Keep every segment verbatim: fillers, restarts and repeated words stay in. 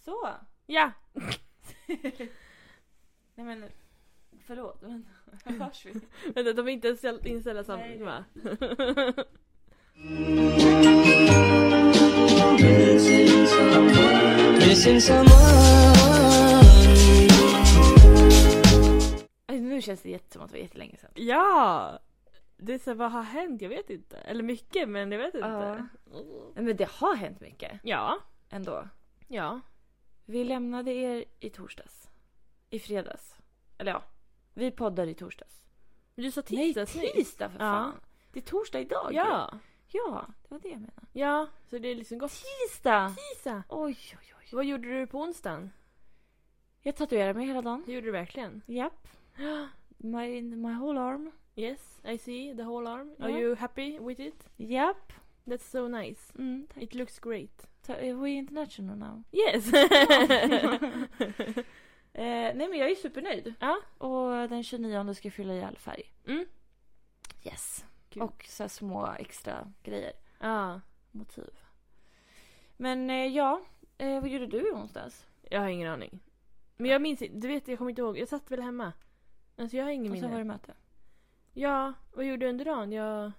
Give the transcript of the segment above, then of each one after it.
Så. Ja. Nej men, förlåt. Men, hörs vi? Vänta, de är inte ens inställda samtidigt, va? Alltså, nu känns det jätte som att det var jättelänge sedan. Ja! Det är så, vad har hänt? Jag vet inte. Eller mycket, men jag vet inte. Ja. Men det har hänt mycket. Ja. Ändå. Ja. Vi lämnade er i torsdags. I fredags. Eller ja, vi poddar i torsdags. Men du sa Nej, tisdags. tisdag för Ja. fan. Det är torsdag idag. Ja. Ja, det var det jag menade. Ja, så det är liksom gott. Tisdag! Tisdag. Oj, oj, oj. Vad gjorde du på onsdagen? Jag tatuerade mig hela dagen. Det gjorde du verkligen. Japp. My, my whole arm. Yes, I see the whole arm. Ja. Are you happy with it? Japp. That's so nice. Mm, tack. It looks great. Ta- Är we international now? Yes. eh, nej men jag är supernöjd. Ja. Och den tjugonionde ska jag fylla i all färg. Mm. Yes. Kul. Och så här små extra grejer. Ja. Motiv. Men eh, ja, eh, vad gjorde du i onsdags? Jag har ingen aning. Men jag minns inte, du vet, jag kommer inte ihåg. Jag satt väl hemma. Alltså jag har ingen Och så minne. var det möte. Ja, vad gjorde du under dagen? Jag...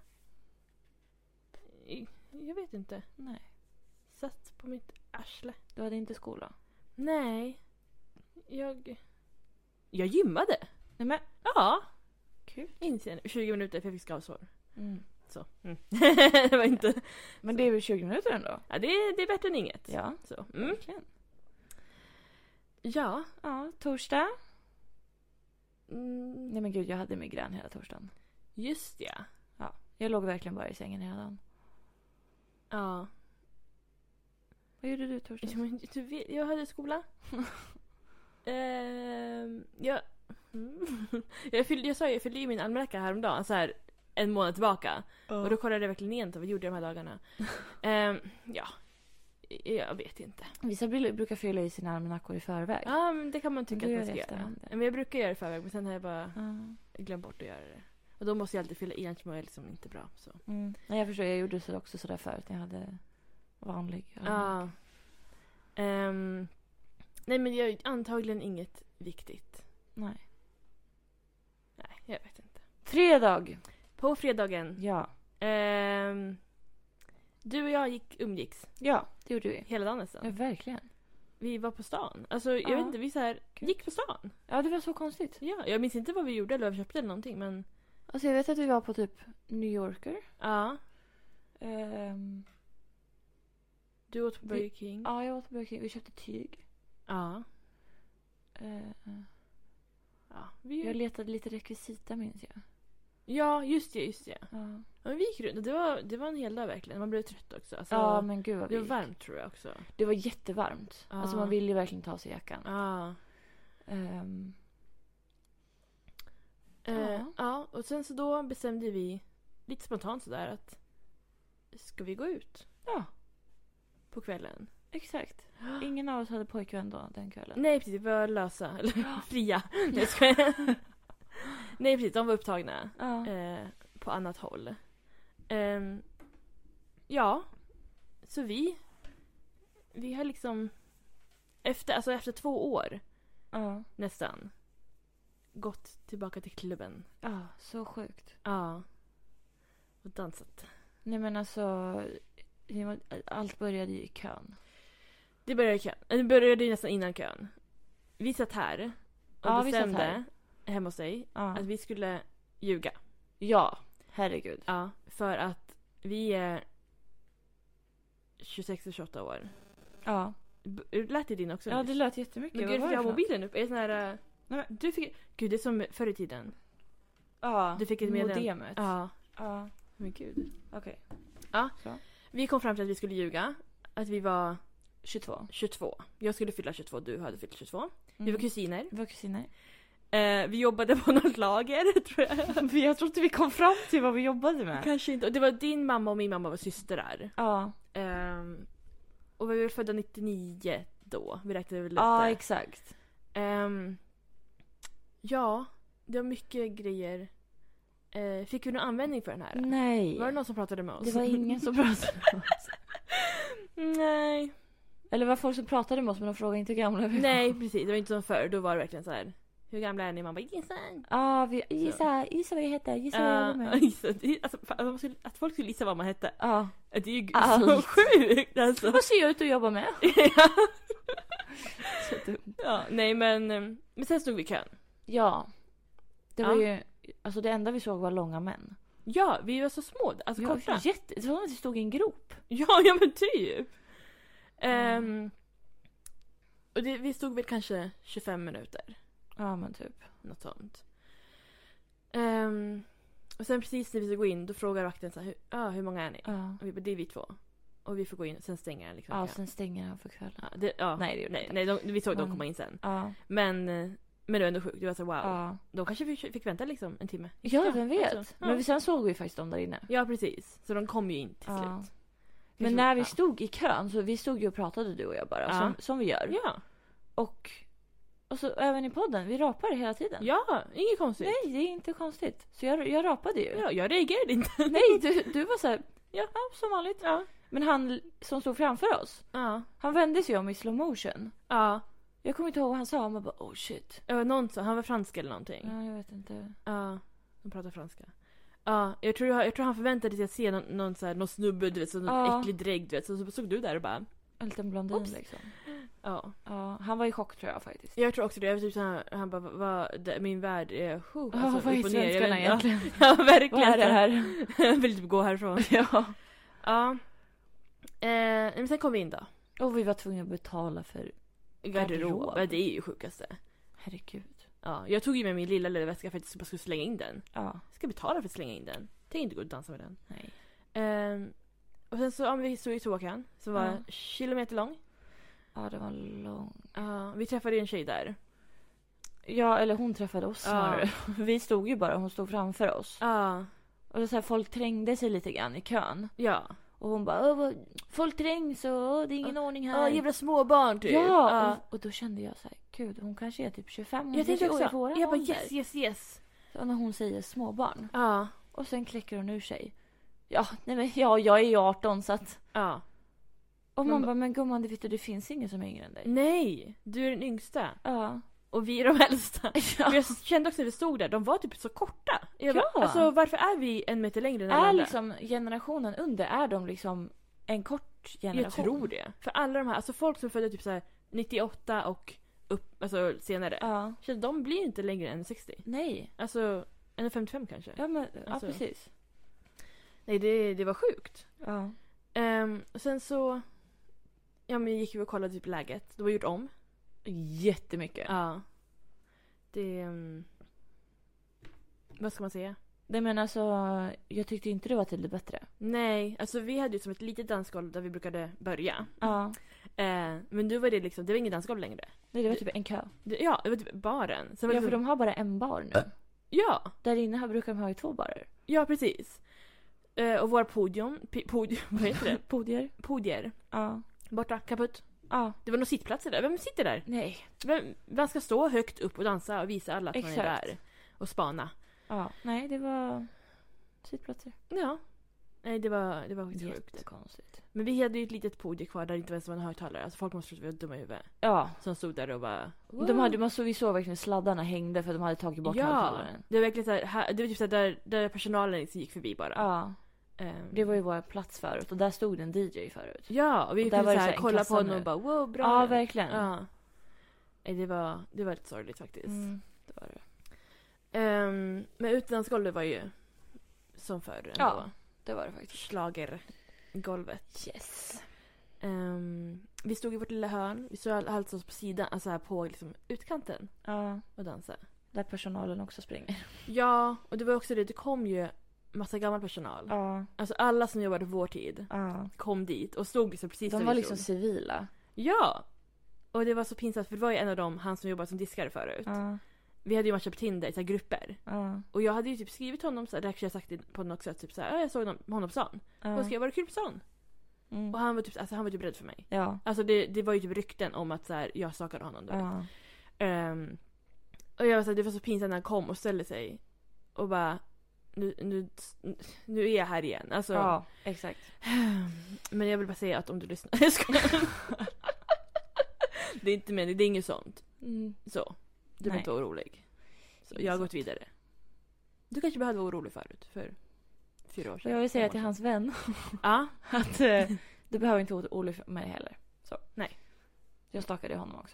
Jag vet inte. Nej. Satt på mitt arsle. Du hade inte skola? Nej. Jag... Jag gymmade. Nej men, Ja. kul. Inser jag nu. tjugo minuter för jag fick skavsår. Mm. Så. Mm. Det var inte... Men det är väl tjugo minuter ändå? Ja, det är, det är bättre än inget. Ja, Så. Mm. verkligen. Ja. Ja, torsdag. Mm. Nej men gud, jag hade migrän hela torsdagen. Just ja. Ja, jag låg verkligen bara i sängen hela dagen. Ja. Vad gjorde du torsdag? Ja, men du vet, jag hade skola. ehm, jag, mm. jag, fyllde, jag sa ju, jag fyllde i min almanacka häromdagen, så här en månad tillbaka. Oh. Och då kollade jag verkligen igen vad jag gjorde de här dagarna. Ehm, ja, jag vet inte. Vissa brukar fylla i sina almanackor i förväg. Ja, men det kan man tycka Du att man gör ska det göra. efterhand. Men jag brukar göra det i förväg, men sen har jag bara Ja. glömt bort att göra det. Och då måste jag alltid fylla i, annars mår jag liksom inte bra. Så. Mm. Nej, jag förstår, jag gjorde så också sådär förut när jag hade vanlig almanacka. Ja. Ehm, nej, men jag antagligen inget viktigt. Nej. Nej, jag vet inte. Fredag! På fredagen. Ja. Ehm, du och jag gick umgicks Ja, det gjorde vi. hela dagen nästan. Ja, verkligen. Vi var på stan. Alltså, jag Ja. vet inte, vi så här Kul. gick på stan. Ja, det var så konstigt. Ja, jag minns inte vad vi gjorde eller vad vi köpte eller någonting, men Alltså jag vet att vi var på typ New Yorker. ja. Ehm, Du åt på Vi- Burger King. ja, jag var på Burger King. Vi köpte tyg. Ja. Ehm, Ja, vi... jag letade lite rekvisita, minns jag. ja, just det, just det. Ja, Ja, men vi gick runt och det var, det var en hel dag verkligen. Man blev trött också. Alltså, ja men gud vad vi det var gick. varmt tror jag också. Det var jättevarmt. Ja. Alltså man ville ju verkligen ta sig jackan. Ja. Ehm, Eh, Ja. ja, och sen så då bestämde vi lite spontant sådär att ska vi gå ut ja, på kvällen? exakt. Ingen av oss hade pojkvän då den kvällen. Nej, precis. Vi var lösa. Eller fria. Nej, jag skojar. Nej, precis. De var upptagna Ja. eh, på annat håll. Ehm, ja. Så vi vi har liksom efter, alltså efter två år Ja. nästan gått tillbaka till klubben. Ja, så sjukt. Ja. Och dansat. Nej men alltså, det var- allt började ju i kön. Det började, i kön. Det började ju nästan innan kön. Vi satt här och Ja, vi satt bestämde här. hemma hos dig Ja. att vi skulle ljuga. Ja, herregud. Ja, för att vi är tjugosex till tjugoåtta år. Ja. B- Lät det din också? Ja, nyss? det lät jättemycket. Men Vad gud, var för det jag har för något? mobilen upp. Är det sån här... äh, Nej, Du fick... Gud, det är som förr i tiden. Ja, Du fick ett meddelande. modemet. Ja, Ja, men gud. okej. Ja. Så. Vi kom fram till att vi skulle ljuga. Att vi var tjugotvå. tjugotvå. Jag skulle fylla tjugotvå, du hade fyllt tjugotvå. Vi Mm. var kusiner. Vi var kusiner. Eh, vi jobbade på något lager, tror jag. Jag tror inte vi kom fram till vad vi jobbade med. Kanske inte. Och det var din mamma och min mamma var systrar. Ja, Ehm, och vi var väl födda nittionio då. Vi räknade väl lite. ja exakt. Ehm, ja, det var mycket grejer. Eh, fick vi någon användning för den här? Nej. Var det någon som pratade med oss? Det var ingen som pratade med oss. Nej. Eller var folk som pratade med oss men de frågade inte hur gamla vi var. Nej, precis. Det var inte som förr. Då var det verkligen så här. Hur gamla är ni? Man bara, gissa. Ja, vi, gissa, gissa vad jag heter. Gissa vad jag jobbar med. Gissa. Alltså, alltså, skulle, att folk skulle gissa vad man hette. Ja. Det är ju Allt. så sjukt. Alltså. Vad ser jag ut att jobba med? Så dumt. Ja, nej men, men sen stod vi i kön. Ja. Det var Ja. ju, alltså det enda vi såg var långa män. Ja, vi var så små. Alltså Ja, korta. jätte, det var som att vi stod i en grop. Ja, ja men typ. Mm. Um, och det, vi stod väl kanske tjugofem minuter. Ja, men typ. Något sånt. Um, och sen precis när vi ska gå in, då frågar vakten så här, hur, ah, hur många är ni? Ja. Och vi bara, det är vi två. Och vi får gå in, sen stänger han liksom. Ja, kön. sen stänger han för kvällen. Ja, det, ja. Nej, det gjorde nej, inte. nej de, vi såg dem Men- komma in sen. Ja. Men, eh, men det var ändå sjukt. Det var så wow. Ja. De kanske fick, fick vänta liksom en timme. Ja, vem vet. Alltså, ja. Men vi, sen såg vi faktiskt dem där inne. Ja, precis. Så de kom ju in till Ja. slut. Men när vi Ja. stod i kön, så vi stod ju och pratade du och jag bara, Ja. som, som vi gör. Ja, Och, och så även i podden, vi rapar hela tiden. ja, inget konstigt. Nej, det är inte konstigt. Så jag, jag rapade ju. Ja, jag reagerade inte. Nej, du, du var så här, Ja. ja, som vanligt. Ja. Men han som stod framför oss, Ja. han vände sig om i slow motion. Ja. Jag kommer inte ihåg vad han sa, men bara, oh shit. Ja, någon sa, han var fransk eller någonting. Ja, jag vet inte. Ja, de pratar franska. Ja, jag tror, jag tror han förväntade sig att se någon, någon, så här, någon snubbe, du vet, så någon Ja. äcklig drägg, du vet. Så, så såg du där och bara, En liten blondin Oops. liksom. ja. Ja, han var i chock tror jag faktiskt. Jag tror också det. Jag vet typ så här, han bara, vad, det, min värld är, huh, Ja, alltså, vad är upp och ner. Jag svenskarna vet- egentligen? Ja, ja, verkligen. Vad är det här? Jag vill typ gå härifrån. Ja. Ja. Eh, men sen kom vi in då. Och vi var tvungna att betala för, Garderob. Garderob. Ja, det är ju sjukaste. herregud. Ja, jag tog ju med min lilla lilla väska för att jag bara skulle slänga in den. Ja, Jag ska betala för att slänga in den. Tänk inte gå och dansa med den. nej. Ehm, och sen så, ja, men vi stod i toakön som var Ja. kilometer lång. Ja, det var lång. Ja, vi träffade ju en tjej där. Ja, eller hon träffade oss Ja. snarare. Vi stod ju bara, hon stod framför oss. Ja, Och det är så här, folk trängde sig lite grann i kön. ja. Och hon bara, "Åh, vad- folk trängs och åh, det är ingen ordning här. Ja, jävla småbarn typ. Ja, och, och då kände jag så här, gud, hon kanske är typ tjugofem. Hon Jag tänkte kanske är också, i våran jag bara ålder. yes, yes, yes. Så när hon säger småbarn. Ja, Och sen kläcker hon ur sig. Ja, nej men ja, jag är ju arton så att... ja. Och Man man ba- bara, men gumman, det, vet du, det finns ingen som är yngre än dig. Nej, du är den yngsta. Ja. Och vi är de äldsta. Ja. Men jag kände också när vi stod där, de var typ så korta. Jag bara, Ja. alltså varför är vi en meter längre än alla Är andra? liksom generationen under, är de liksom en kort generation? Jag tror det. För alla de här, alltså folk som är födda typ så här nittioåtta och upp, alltså senare. Ja. Så de blir ju inte längre än sextio. Nej. Alltså, en femtiofem kanske. Ja, men Alltså. ja, precis. Nej, det, det var sjukt. Ja. Um, och sen så, ja men gick vi och kollade typ läget. Det var gjort om. Jättemycket. Ja. Det, um, vad ska man säga? Nej men alltså, jag tyckte inte det var till det bättre. Nej, alltså vi hade ju som ett litet dansgolv där vi brukade börja. Ja. Eh, men nu var det liksom, det var ingen dansgolv längre. Nej, det var typ en kö. Det, ja, det var typ baren. Så var Ja, det för liksom, de har bara en bar nu. ja, Där inne här brukar de ha ju två barer. ja precis. Eh, och vår podium, pi, podium, vad heter det? Podier. Podier. Ja. Borta, kaputt. Ja. Det var nog sittplatser där. Vem sitter där? Nej. Vem, man ska stå högt upp och dansa och visa alla att man är Exakt. där. Och spana. Ja. Nej, det var sittplatser. Ja. Nej, det var, det var faktiskt sjukt. Jättekonstigt. Men vi hade ju ett litet podium kvar där det inte ens var en högtalare. Alltså folk måste tro att vi var dumma i huvudet. Ja. Som stod där och bara... De hade, man såg, vi såg verkligen sladdarna hängde för att de hade tagit bort Ja, högtalaren. det var verkligen så här, här- det var typ så här där, där personalen liksom gick förbi bara. Ja. Ehm, Det var ju vår plats förut och där stod det en D J förut. Ja, och vi och där kunde var så det här, så här en kolla på kassa honom nu. och bara wow, bra. Ja, verkligen. Ja. Nej, det var, det var lite sorgligt faktiskt. Mm, det var det. Ehm, men utdansgolvet var ju som förr ändå. Ja. Det var det faktiskt. Schlagergolvet. Yes. Ehm, vi stod i vårt lilla hörn. Vi stod alltså på sidan, alltså här på liksom utkanten Ja. och dansade. Där personalen också springer. Ja, och det var också det. Det kom ju massa gammal personal. Ja. Alltså alla som jobbade på vår tid Ja. kom dit och stod liksom precis De där var vi liksom stod. civila. Ja! Och det var så pinsamt för det var ju en av dem, han som jobbade som diskare förut. Ja. Vi hade ju matchat på Tinder i så här grupper. Ja. Och jag hade ju typ skrivit honom så här, det här kanske jag sagt det på något sätt typ så här, "Ja, jag såg honom, honom på stan." Ja. Och skrev jag, var det kul på stan? Mm. Och han var typ, alltså han var typ rädd för mig. Ja. Alltså det, det var ju typ rykten om att så här, jag stakade honom då. Ja. Ehm, och jag var så här, det var så pinsamt när han kom och ställde sig och bara nu, nu, nu är jag här igen. Alltså, Ja, exakt. men jag vill bara säga att om du lyssnar. Jag skojar. Det är inte men det är inget sånt. Mm. Så. Du behöver Nej. inte vara orolig. Så Inget jag har sånt. gått vidare. Du kanske behövde vara orolig förut. För fyra år Och sedan. jag vill säga fem år till sedan. hans vän Ja. att eh, du behöver inte vara orolig för mig heller. Så. Nej. Jag stakade honom också.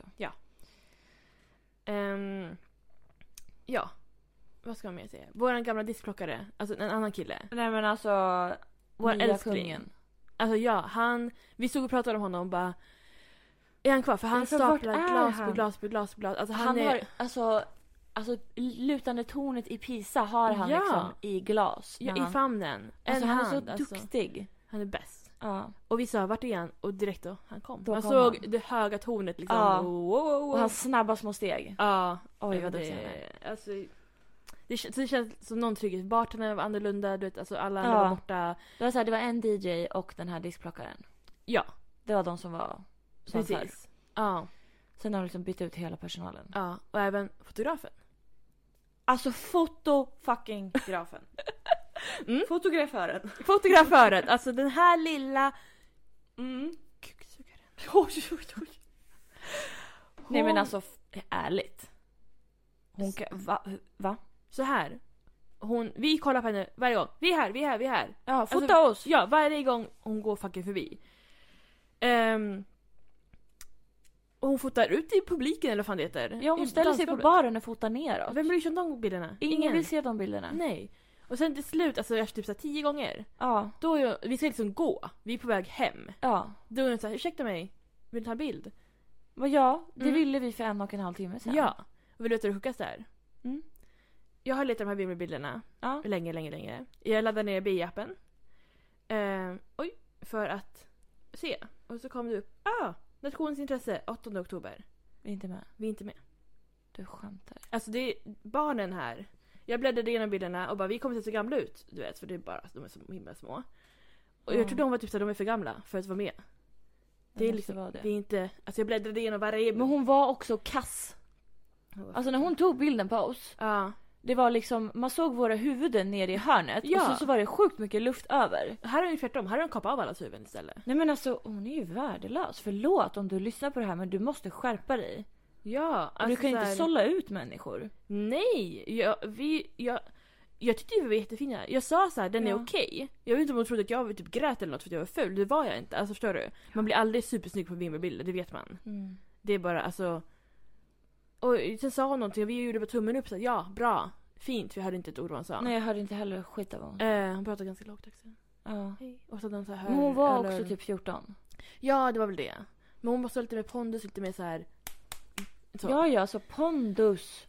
Ehm, ja. Vad ska man mer säga? Våran gamla diskplockare. Alltså en annan kille. Nej men alltså, Vår nya älskling. kungen. Alltså ja, han... Vi stod och pratade om honom och bara... Är han kvar? För han Alltså, vart staplar är glas han? på glas på glas på glas. Alltså han, Han, är... har, alltså, alltså lutande tornet i Pisa har han Ja. liksom i glas. Ja, när i han, famnen. En alltså, han är hand. så alltså. duktig. Han är bäst. Ja. Och vi sa, vart är han? Och direkt då, han kom. Då Man kom såg han. det höga tornet liksom. Ja. Wow, wow, wow. Och hans snabba små steg. Ja. Oj Ja, vad det, duktig han är. alltså, det, kän- det känns som någon trygghet. Bartendern var annorlunda, du vet, alltså alla andra Ja. var borta. Det var, så här, det var en D J och den här diskplockaren. Ja, Det var de som var som förr. precis. Ja, Sen har de liksom bytt ut hela personalen. ja, och även fotografen. Alltså foto fucking grafen. Mm. Fotografören. Fotografören, alltså den här lilla Mm. kuksugaren. Oj, oj, oj. Nej men Hon- alltså f- ärligt. Hon kan, va? va? Så här. Hon, vi kollar på henne varje gång. Vi är här, vi är här, vi är här. Ja, fota Alltså, oss. Ja, varje gång hon går fucking förbi. Ehm, och hon fotar ut i publiken eller vad fan det heter. Ja, hon I ställer sig på dansgolvet. baren och fotar neråt. Vem bryr sig om de bilderna? Ingen vill se de bilderna. Nej. Och sen till slut, alltså efter typ så här tio gånger. Ja, Då är jag, vi ska liksom gå. Vi är på väg hem. ja. Då är hon såhär, ursäkta mig. Vill du ta bild? Men ja, det Mm. ville vi för en och en halv timme sedan. Ja. Och vill du veta det sjukaste är? Mm. Jag har letat de här bilderna Ja. länge, länge, länge. Jag laddade ner B I-appen. Eh, oj, för att se. Och så kom det upp. Ah, nationens intresse, åttonde oktober. Vi är inte med. Vi är inte med. Du skämtar. Alltså det är barnen här. Jag bläddrade igenom bilderna och bara, vi kommer se så gamla ut. Du vet, för det är bara, de är så himla små. Och Ja. jag tror de var typ så här, de är för gamla för att vara med. Det är måste liksom, vara det. det är inte, alltså jag bläddrade igenom varje... Men hon var också kass. Alltså när hon tog bilden på oss. Ja. Det var liksom, man såg våra huvuden nere i hörnet. Ja. Och så, så var det sjukt mycket luft över. Här är det tvärtom, här har de kapat av allas huvuden istället. Nej men alltså, hon är ju värdelös. Förlåt om du lyssnar på det här, men du måste skärpa dig. Ja, Och alltså du kan så inte här- sålla ut människor. Nej, jag, vi, jag, jag tyckte vi var jättefina. Jag sa så här, den är Ja. okej. Jag vet inte om hon trodde att jag var typ grät eller något för att jag var full. Det var jag inte, alltså förstår du? Man blir aldrig supersnygg på Vimmerbilder, det vet man. Mm. Det är bara, alltså... Och sen sa hon någonting och vi gjorde bara tummen upp så här, ja, bra, fint. Vi hörde inte ett ord vad hon sa. Nej, jag hörde inte heller skit av hon. Eh, hon pratade ganska lågt också. Ja. Hej. Och så hade hon så här, Men hon var eller- också typ fjorton. Ja, det var väl det. Men hon måste ha lite mer pondus, lite mer så här. Så. Ja, ja, så pondus.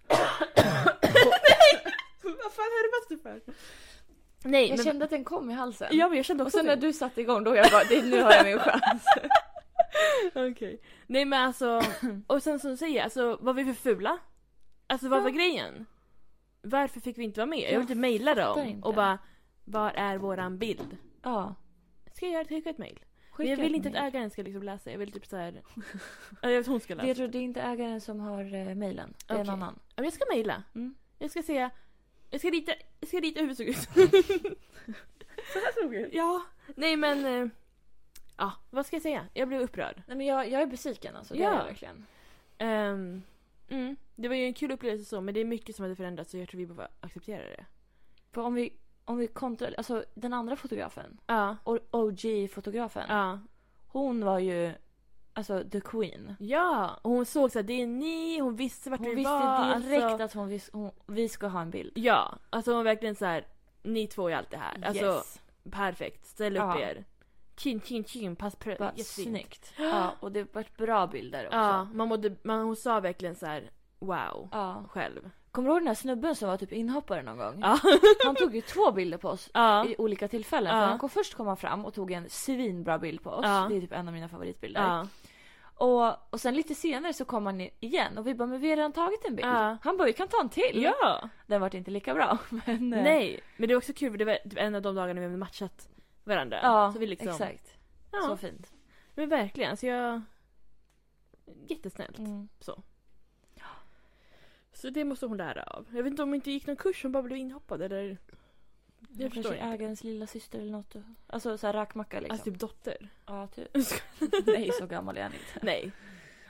Vad fan är det bästa för? Nej, Jag men... kände att den kom i halsen. Ja, men jag kände Och också sen det. när du satte igång då jag bara, det, nu har jag min chans. Okej. Nej men alltså, och sen som du säger, alltså var vi för fula? Alltså vad Ja. var grejen? Varför fick vi inte vara med? Jag, Jag vill typ mejla fattar dem inte. och bara, var är våran bild? Ja. Ska jag göra ett, skicka ett mejl? Men Skicka jag vill ett inte att mejl. ägaren ska liksom läsa, jag vill typ såhär, jag vet att hon ska läsa. Vet du, det är inte ägaren som har eh, mejlen. Det är en Okej. annan. Ja, men jag ska mejla. Mm. Jag ska se, jag ska rita, jag ska rita hur det såg ut. Så här såg det. Ja, nej men, eh, ja, vad ska jag säga? Jag blev upprörd. Nej, men jag, jag är besviken alltså. Det Ja. är jag verkligen. Ehm, mm, det var ju en kul upplevelse så, men det är mycket som hade förändrats så jag tror vi bara accepterar det. För om vi, om vi kontra, alltså den andra fotografen, Ja, O- O G-fotografen, ja. hon var ju alltså the queen. Ja, och hon såg så här, det är ni, hon visste vart Hon vi visste var. direkt alltså, att hon, vis, hon vi ska ha en bild. Ja, alltså hon var verkligen så här, ni två är allt det här. Alltså, yes. perfekt. Ställ upp Ja. er. Chin, chin, chin, pass prö. Bara Jättefint. snyggt. Ja, och det var bra bilder också. Ja, man mådde, man, hon sa verkligen så här, wow, Ja. själv. Kommer du ihåg den här snubben som var typ inhoppare någon gång? Ja. Han tog ju två bilder på oss Ja. i olika tillfällen. Ja. För han kom först kom han fram och tog en svinbra bild på oss. Ja. Det är typ en av mina favoritbilder. Ja. Och, och sen lite senare så kom han igen och vi bara, men vi har redan tagit en bild. Ja. Han bara, vi kan ta en till. Ja. Den var inte lika bra. Men, eh, Nej, men det är också kul för det var typ en av de dagarna vi hade matchat varandra. Ja, så vi liksom, exakt. Ja, Så fint. men verkligen. Så jag... Jättesnällt. Mm. Så. Så det måste hon lära av. Jag vet inte om hon inte gick någon kurs, hon bara blev inhoppad eller... Jag Jag förstår kanske inte. ägarens lilla syster eller något. Alltså så här rackmacka liksom. Alltså typ dotter. Ja, typ. Nej, så gammal är han inte. Nej.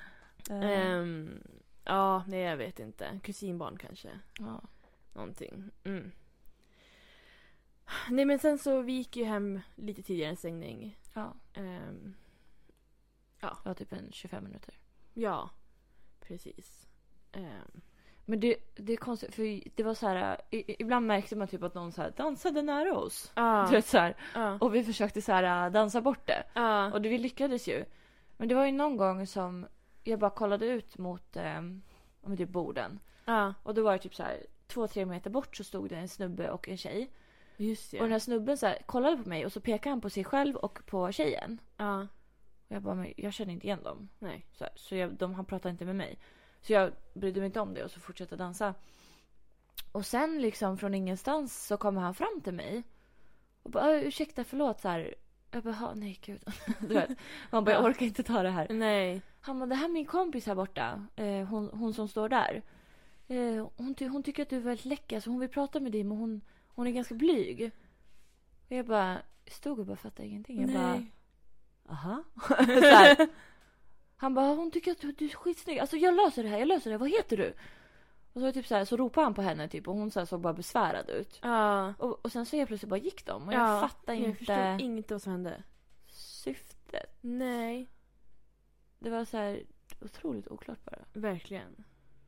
Uh. Um, ja, nej jag vet inte. Kusinbarn kanske. Ja. Någonting. Mm. Nej men sen så vi gick ju hem lite tidigare än stängning. Ja. Um, ja. Det var typ en tjugofem minuter. Ja, precis. Um. Men det, det är konstigt, för det var så här, i, ibland märkte man typ att någon så här dansade nära oss. Ah. Du vet, så här. Ah. Och vi försökte så här dansa bort det. Ah. Och det, vi lyckades ju. Men det var ju någon gång som jag bara kollade ut mot eh, om typ borden. Ah. Och då var det typ så här två, tre meter bort så stod det en snubbe och en tjej. Just det. Och den här snubben så här, kollade på mig och så pekade han på sig själv och på tjejen. Ja. Och jag bara, men jag känner inte igen dem. Nej. Så, här, så jag, de, han pratade inte med mig. Så jag brydde mig inte om det och så fortsatte dansa. Och sen liksom från ingenstans så kommer han fram till mig. Och bara, ursäkta, förlåt så här. Jag bara, nej gud. Du vet. Man bara, jag orkar inte ta det här. Nej. Han bara, det här är min kompis här borta. Eh, hon, hon som står där. Eh, hon, ty- hon tycker att du är väldigt läcker. Så hon vill prata med dig men hon, hon är ganska blyg. Och jag bara, stod och bara fattade ingenting. Jag nej. bara, aha. Så här. Han bara, hon tycker att du, du är skitsnygg. Alltså jag löser det här, jag löser det här. Vad heter du? Och så typ så här, så ropade han på henne typ. Och hon så här, såg bara besvärad ut. Ja. Och, och sen så helt plötsligt bara gick de. Och ja. jag fattar inte. Jag förstår inte vad som hände. Syftet. Nej. Det var så här otroligt oklart bara. Verkligen.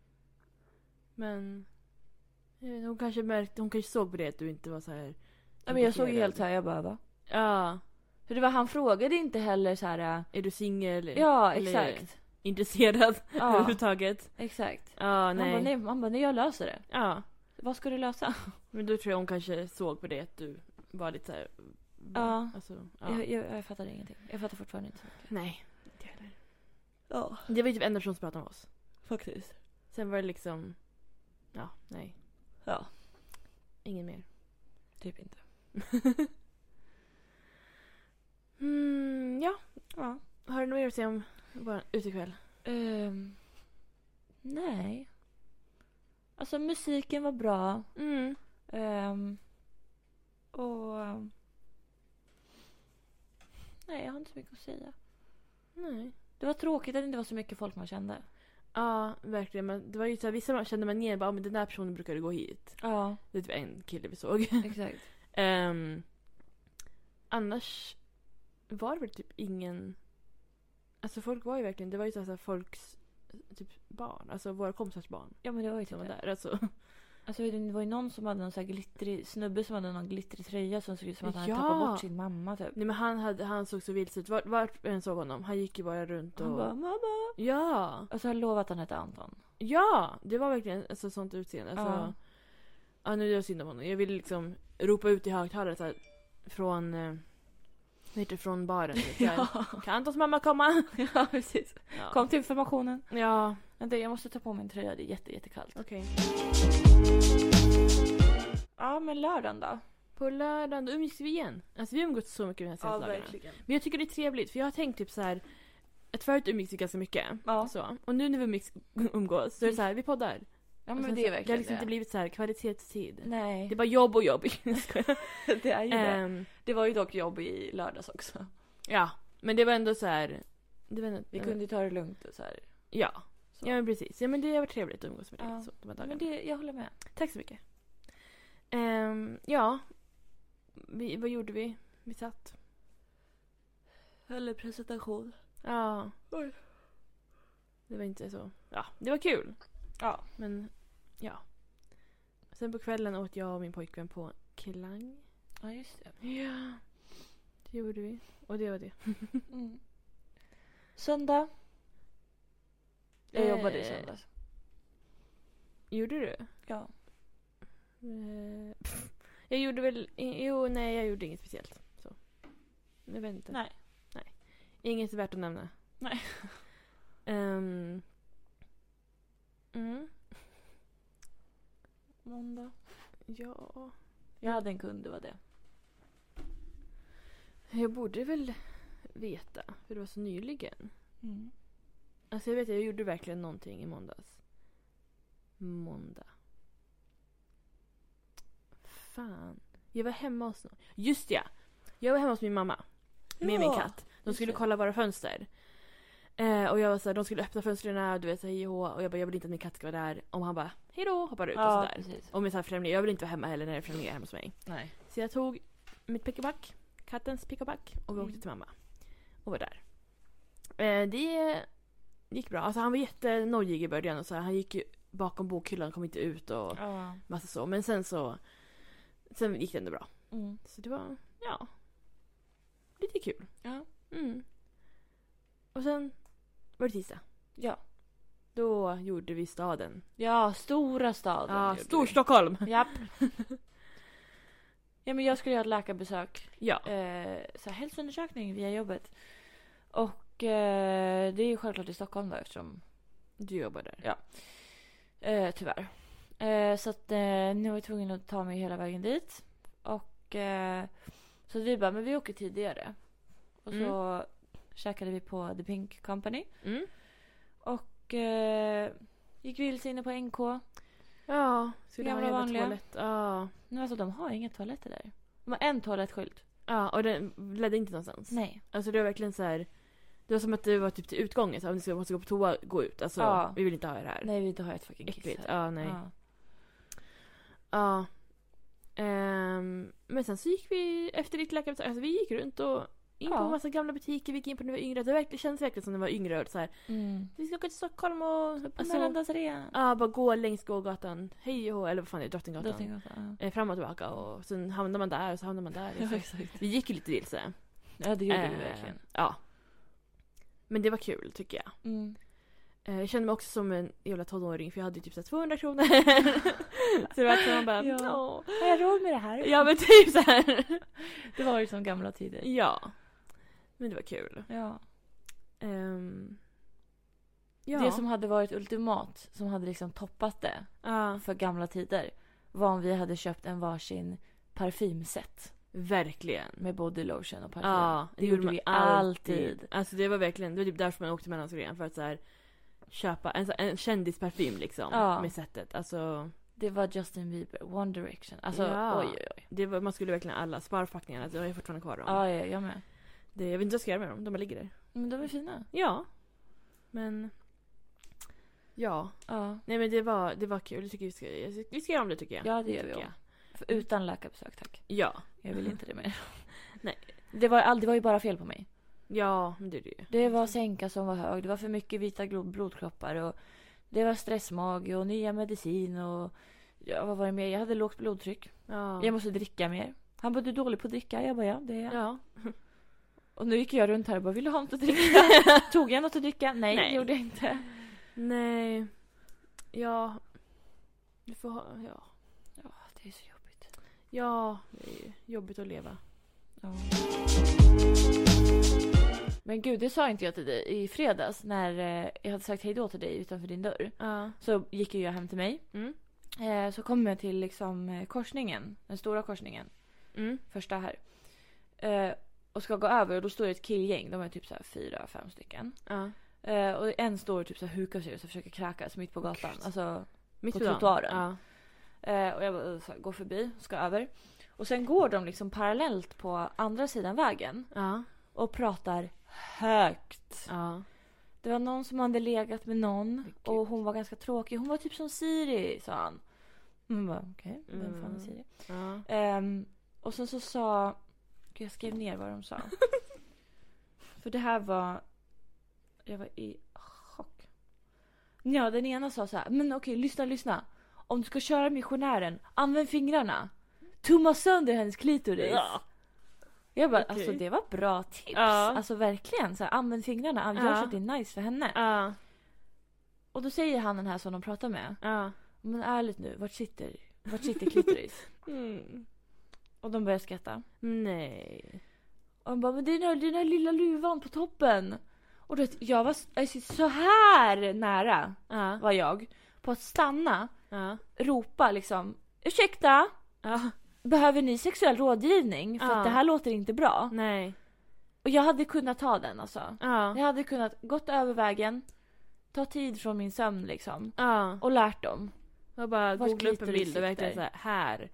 Men jag vet inte, hon kanske märkte, hon kanske såg på det att du inte var så här. Ja, men jag såg ju helt så här, jag bara, va? Ja. För det var, han frågade inte heller så här. Är du singel? Ja, eller exakt. Intresserad Ja. överhuvudtaget. Exakt. Ja, nej. Man bara, nej, man bara, nej, jag löser det. Ja. Vad ska du lösa? Men då tror jag hon kanske såg på det att du var lite så här. Ja. Alltså, ja. Jag, jag, jag fattar ingenting. Jag fattar fortfarande inte så mycket. Nej, inte heller. Ja, Det var ju typ enda person som pratade med oss. faktiskt. Sen var det liksom, ja, nej. Ja, Ingen mer. typ inte. mm, ja. Ja. Har du något mer att säga om vår utekväll? Um, nej. Alltså musiken var bra. Mm. Um, och... Um, nej, jag har inte så mycket att säga. Nej. Det var tråkigt att det inte var så mycket folk man kände. Ja, verkligen. Men det var ju så här, vissa man kände man igen, bara, men den där personen brukade gå hit. Ja, Det är typ en kille vi såg. exakt. um, annars var det väl typ ingen... Alltså folk var ju verkligen, det var ju så här folks typ barn, alltså våra kompisars barn Ja, men det var ju som typ var det. där. Alltså. Alltså det var ju någon som hade någon så här glittrig snubbe som hade någon glittrig tröja som såg ut som att han Ja. hade tappat bort sin mamma typ. Nej men han, hade, han såg så vilse ut. Vart var en såg honom? Han gick ju bara runt och... Han bara, mamma. Ja! Alltså jag lovar att han hette Anton. Ja! Det var verkligen alltså, sånt utseende. Alltså, Ja. ja, nu är det synd om honom. Jag ville liksom ropa ut i högtalare så här, från... Eh, vad heter det? Från baren. Typ, Ja. Kan Antons mamma komma? Ja, precis. Ja. Kom till informationen. Ja. Vänta, jag måste ta på min tröja. Det är jätte, jättekallt. Okej. Ja, men lördagen då? På lördagen då umgicks vi igen. Alltså vi har umgått så mycket de här senaste dagarna. Men jag tycker det är trevligt. För jag har tänkt typ så här. Att förut umgicks vi ganska mycket. Ja. Så. Och nu när vi umgicks, umgås så är det så här, vi poddar. Ja, Och men sen det så- är verkligen Det har liksom det. inte blivit så här kvalitetstid. Nej, Det är bara jobb och jobb. det är ju det. Ehm, Det var ju dock jobb i lördags också. ja, men det var ändå så här. Det var ändå, Vi kunde ju ta det lugnt och så här. Ja. Så. Ja men precis. Ja men det har varit trevligt att umgås med dig Ja. så, de här Ja, dagarna. men det, jag håller med. Tack så mycket. Ehm, ja. Vi, vad gjorde vi? Vi satt. Eller presentation. Ja. Oj. Det var inte så. Ja, det var kul. Ja. Men ja. Sen på kvällen åt jag och min pojkvän på Klang. Ja, just det. Ja. Det gjorde vi. Och det var det. Mm. Söndag. Jag Eh, jobbade i söndags. Gjorde du? Ja. Eh, pff. Jag gjorde väl... Jo, nej, jag gjorde inget speciellt. Så. Jag vet inte. Nej. Inget värt att nämna. Nej. Um, mm, Måndag. ja. Jag hade en kund, det var det. Jag borde väl veta. För det var så nyligen. Mm. Alltså jag vet, jag gjorde verkligen någonting i måndags. Måndag. Fan. Jag var hemma hos någon. Just ja. Jag var hemma hos min mamma. Med Ja, min katt. De just skulle det. kolla våra fönster. Eh, och jag var såhär, de skulle öppna fönstren, du vet, hej och hå. Och jag bara, jag vill inte att min katt ska vara där. Och han bara, hej då, hoppar ut Ja, och sådär. precis. Och med såhär främlingar, jag vill inte vara hemma heller när det är främlingar hemma hos mig. Nej. Så jag tog mitt pick och pack, kattens pick och pack, och vi Mm. åkte till mamma. Och var där. Eh, det gick bra. Alltså han var jättenojig i början och så här, han gick ju bakom bokhyllan, kom inte ut och Ja. massa så. Men sen så, sen gick det ändå bra. Mm. Så det var, ja, lite kul. Ja. Mm. Och sen var det tisdag. Ja. Då gjorde vi staden. Ja, stora staden. Ja, gjorde stor vi. Stockholm. Japp. Ja, men jag skulle göra ett läkarbesök. Ja. Eh, så här, hälsoundersökning via jobbet. Och eh, det är ju självklart i Stockholm då eftersom Du jobbar där. Eh, tyvärr. Eh, så att eh, nu var jag tvungen att ta mig hela vägen dit. Och eh, så vi bara, men vi åker tidigare. Och så käkade vi på The Pink Company. Mm. Och eh, gick vilse inne på N K. Ja, skulle ha Gamla en jävla vanliga. toalett. Ja. Nu alltså, de har inga toaletter där. De har en toalettskylt. Ja, och den ledde inte någonstans. Nej. Alltså det var verkligen så här. Det var som att det var typ till utgången. Så om ni ska, måste gå på toa, gå ut. Alltså, Ja. vi vill inte ha er här. Nej, vi vill inte ha ett fucking kiss Äckligt. här. Ja, nej. Ja. Ja. Ehm, men sen så gick vi efter ditt läkarbesök. Alltså vi gick runt och in på Ja. en massa gamla butiker. Vi gick in på när vi var yngre. Det, verkligen, det känns verkligen som när vi var yngre. Och så här, Mm. vi ska åka till Stockholm och... På Alltså, Mellandansarea. ja, bara gå längs gågatan. Hej och hå, eller vad fan är det? Drottninggatan. Drottninggatan. Ja. Eh, fram och tillbaka. Och sen hamnar man där och så hamnar man där. Ja, exakt. Vi gick ju lite vilse. Ja, det gjorde vi Eh, verkligen. Ja. Men det var kul tycker jag. Mm. Eh, Jag kände mig också som en jävla tonåring för jag hade ju typ så här tvåhundra kronor. Så det var att man bara, Ja. ja. Har jag råd med det här? Ja men typ så här. Det var ju som gamla tider. Ja. Men det var kul. Ja. Ehm, ja. Det som hade varit ultimat, som hade liksom toppat det Ja, för gamla tider, var om vi hade köpt en varsin parfymset verkligen. med body lotion och parfym. Ja, det gjorde vi alltid. Alltså det var verkligen, det var typ därför man åkte mellan för att så här köpa en, en kändisparfym liksom. Ja. Med sättet. Alltså Det var Justin Bieber, One Direction. Alltså Ja. oj oj oj. det var, man skulle verkligen alla sparförpackningarna. Alltså, jag har ju fortfarande kvar dem. Ja, ja, jag med. Det, jag vet inte vad jag ska göra med dem. De bara ligger där. Men de är fina. Ja. Men ja. Ja, Nej men det var, det var kul. Jag tycker vi ska, vi ska göra om det tycker jag. ja det gör vi tycker om. För utan läkarbesök tack. Ja. Jag vill inte det mer. Nej. Det var, all, det var ju bara fel på mig. Ja, men det är det ju. Det var sänka som var hög. Det var för mycket vita glo- blodkroppar. Och det var stressmage och nya medicin. Och ja, vad var det mer? Jag hade lågt blodtryck. Ja. Jag måste dricka mer. Han bara, du är dålig på att dricka. Jag bara, ja det är jag. Ja. Och nu gick jag runt här och bara, vill du ha något att dricka? Tog jag något att dricka? Nej, Nej. det gjorde jag inte. Nej. Ja. Du får ha, ja. Ja, det är så jobbigt. Ja, det är ju jobbigt att leva. Ja. Men gud, det sa inte jag till dig i fredags när eh, jag hade sagt hej då till dig utanför din dörr. Ja. Så gick ju jag hem till mig. Mm. Eh, så kom jag till liksom eh, korsningen, den stora korsningen, Mm. första här. Eh, och ska gå över och då står det ett killgäng, de är typ så här fyra, fem stycken. Ja. Eh, och en står typ så här hukar sig och så försöker kräkas mitt på gatan. Gud. Alltså, Mitt På på dagen. trottoaren. Ja. eh, och jag bara, så här, går förbi, ska över. Och sen går de liksom parallellt på andra sidan vägen Ja. och pratar högt. Ja. Det var någon som hade legat med någon Gud. och hon var ganska tråkig. Hon var typ som Siri, sa han. Man bara, okej, okay, vem fan är Mm. Siri? Ja. Ehm, och sen så sa... Gud, jag skrev ner vad de sa. För det här var... Jag var i chock. Ja, den ena sa så här, men okej, lyssna, lyssna. Om du ska köra missionären, använd fingrarna. Tumma sönder hennes klitoris. Ja. Jag bara, Okej. alltså det var bra tips. Ja. Alltså verkligen, så här, använd fingrarna. Gör Ja. så att det är nice för henne. Ja. Och då säger han den här som de pratar med. Ja. Men ärligt nu, vart sitter, vart sitter klitoris? Mm. Och de börjar skratta. Nej. Och han bara, men det är den här, den här lilla luvan på toppen. Och då, jag var alltså, så här nära Ja. var jag på att stanna, Ja. ropa liksom, ursäkta, Ja. behöver ni sexuell rådgivning? För Ja. att det här låter inte bra. Nej. Och jag hade kunnat ta den alltså. Ja. Jag hade kunnat gått över vägen, ta tid från min sömn liksom. Ja. Och lärt dem. Jag bara Vart googla upp en klitoris bild och verkligen så sitter. här, här.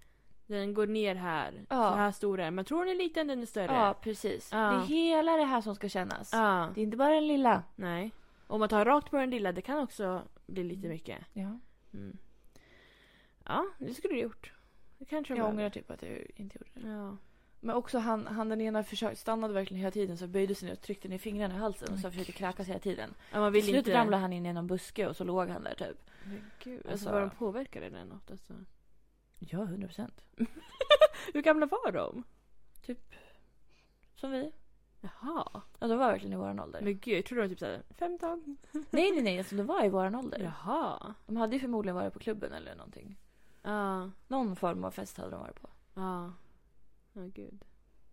Den går ner här. Ja. Så här stor är den. Man tror den är liten, den är större. Ja, precis. Ja. Det är hela det här som ska kännas. Ja. Det är inte bara den lilla. Nej. Om man tar rakt på den lilla, det kan också bli lite mycket. Ja. Mm. Ja, det skulle du gjort. Det kanske Jag var. ångrar typ att jag inte gjorde det. Ja. Men också han, han den ena försök, stannade verkligen hela tiden, så böjde sig ner och tryckte ner fingrarna i halsen och så försökte kräkas hela tiden. Ja, man Till vill slut inte... ramlade han in i någon buske och så låg han där typ. Men gud, alltså, Alltså- var de påverkade eller något? Alltså. Ja, hundra procent. Hur gamla var de? Typ som vi. Jaha. Ja, de var verkligen i våran ålder. Men gud, jag tror de var typ såhär femton. Nej, nej, nej. Alltså, de var i våran ålder. Jaha. De hade ju förmodligen varit på klubben eller någonting. Ja. Någon form av fest hade de varit på. Ja. Ja, gud.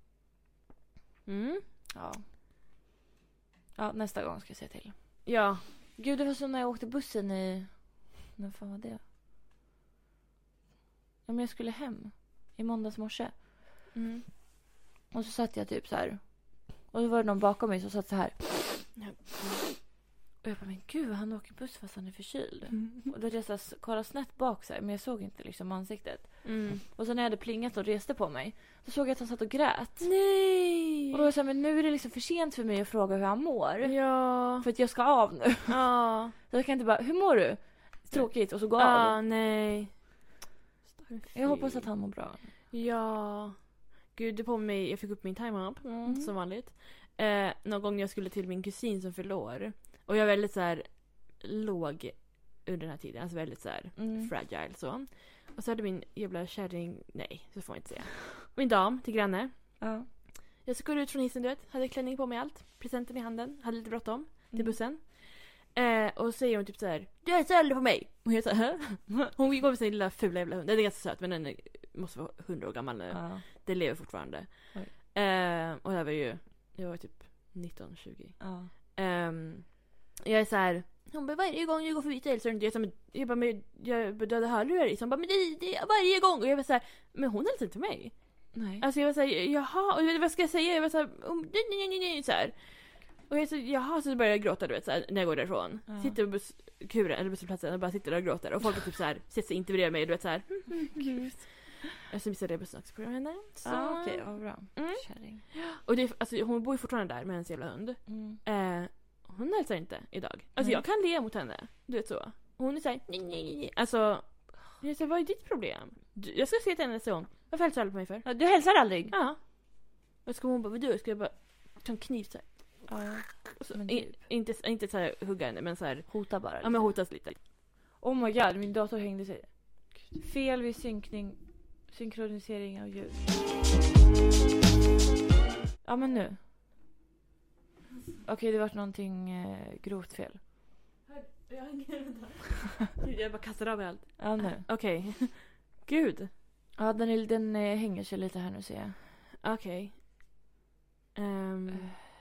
Mm. Ja. Ja, nästa gång ska jag se till. Ja. Gud, det var som när jag åkte bussen i... När fan var det? Ja, men jag skulle hem. I måndags morse. Mm. Och så satt jag typ så här. Och då var det någon bakom mig som satt så här. Och jag bara, men gud, han åker buss fast han är förkyld. Mm. Och då reste jag, kollade snett bak så här, men jag såg inte liksom ansiktet. Mm. Och sen när jag hade plingat och reste på mig, då såg jag att han satt och grät. Nej! Och då var jag så här, men nu är det liksom för sent för mig att fråga hur han mår. Ja. För att jag ska av nu. Ja. Så jag kan inte bara, hur mår du? Tråkigt, och så gå Ja, av. nej. Jag hoppas att han mår bra. Ja. Gud, det på mig. Jag fick upp min time-up. Mm. Som vanligt. Eh, någon gång jag skulle till min kusin som fyllde år. Och jag är väldigt så här låg under den här tiden. Alltså väldigt så här Mm. fragile så. Och så hade min jävla kärring, nej, så får man inte säga. Min dam till granne. Ja. Jag skulle ut från hissen, du vet. Hade klänning på mig allt. Presenten i handen. Hade lite bråttom till Mm. bussen. Eh, och så säger hon typ så här: du är så äldre på mig. Och jag så här, hon går med sin lilla fula jävla hund. Den är ganska söt, men den är, måste vara hundra år gammal nu. Ja. Den lever fortfarande. Eh, och jag var ju, jag var typ nitton tjugo. Ja. Um, jag är så här. Hon bara, varje gång jag går förbi så hälsar du inte. Jag, så, men, jag bara, men jag döda hörlurar i. Så hon bara, men det, det är varje gång. Och jag var så här, men hon hälsar inte mig. Nej. Alltså jag var så här, jaha, och vad ska jag säga? Jag var så här, oh, nej, nej, nej, nej, så här. Och jag så, jaha, så började jag gråta, du vet, så här, när jag går därifrån. Ja. Sitter på busskuren, eller bussplatsen och bara sitter där och gråter. Och folk är typ så här, sätter sig inte bredvid mig, du vet så här. Gud. Och så missade jag bussen också på henne. Så. Ja, okej, vad bra. Mm. Kärring. Och det, är- alltså, hon bor ju fortfarande där med hennes jävla hund. Mm. Eh, hon hälsar inte idag. Alltså Nej. jag kan le mot henne. Du vet så. Och hon är såhär, nej, nej, nej, nej. Alltså, jag säger, vad är ditt problem? Du, jag ska se till henne nästa gång. Varför hälsar du aldrig på mig för? Ja, du hälsar aldrig? Ja. Och ska hon bara, vad du? Ska jag bara ta en kniv så här. Ja. Och så, Men i, typ. inte, inte så här hugga henne, men så här. Hota bara. Ja, men hotas lite. Oh my god, min dator hängde sig. Fel vid synkning. Synkronisering av ljud. Ja, men nu. Okej, det var någonting eh, grovt fel. Jag har ingen Jag bara kastar av mig allt. Ja, nu. Okej. Gud. Ja, den, är, den eh, hänger sig lite här nu, ser jag. Okej. Ehm,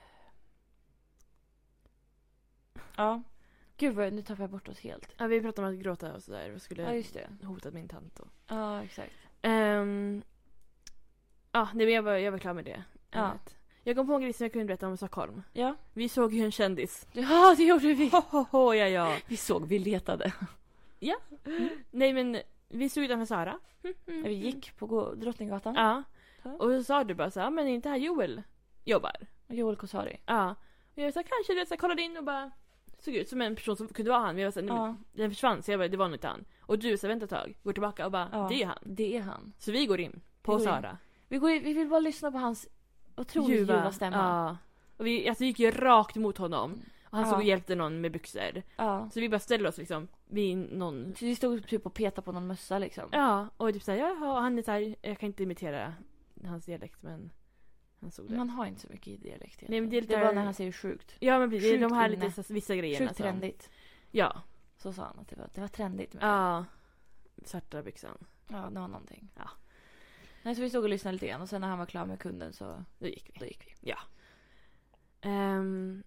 Ja. Gud, vad, nu tappar jag bort oss helt. ja, vi pratade om att gråta och sådär. Jag skulle Ja, just det. hota min tant och... Ja, exakt. Um, ja, nej, men jag var, jag var klar med det. Ja. Jag kom på en grej som jag kunde berätta om Stockholm. Ja. Vi såg ju en kändis. Ja, det gjorde vi. Ho, ho, ho, ja, ja. Vi såg, vi letade. Nej, men vi stod utanför Sara. Vi gick på gå- Drottninggatan. Ja. Ja. Och så sa du bara så här, men är inte här Joel jobbar? Och Joel Kosari. Ja. Och jag sa kanske, du vet, så jag kollade in och bara såg ut som en person som kunde vara han. Men jag var så här, nej, Ja. men den försvann, så jag bara, det var nog inte han. Och du så vänta ett tag, går tillbaka och bara, Ja. det är han. Det är han. Så vi går in på Vi går in. Sara. Vi, går, vi vill bara lyssna på hans otroligt ljuva stämma. Ja. Och vi alltså, gick ju rakt mot honom. Och han Ja. såg och hjälpte någon med byxor. Ja. Så vi bara ställde oss liksom vid någon... Så vi stod typ och petade på någon mössa liksom. Ja, och typ såhär, ja, han är såhär, jag kan inte imitera hans dialekt, men han såg det. Man har inte så mycket i dialekt. Nej, men det är lite- det var när han säger sjukt. Ja, men precis, det är de Sjukt här inne. lite så, vissa grejerna. Sjukt som- trendigt. Ja, Så sa han att det var, det var trendigt med ja. Svarta byxan. Ja, det var någonting. Ja. Nej, så vi stod och lyssnade lite grann. Och sen när han var klar med kunden så Då gick vi. då gick vi. Ja. Ehm,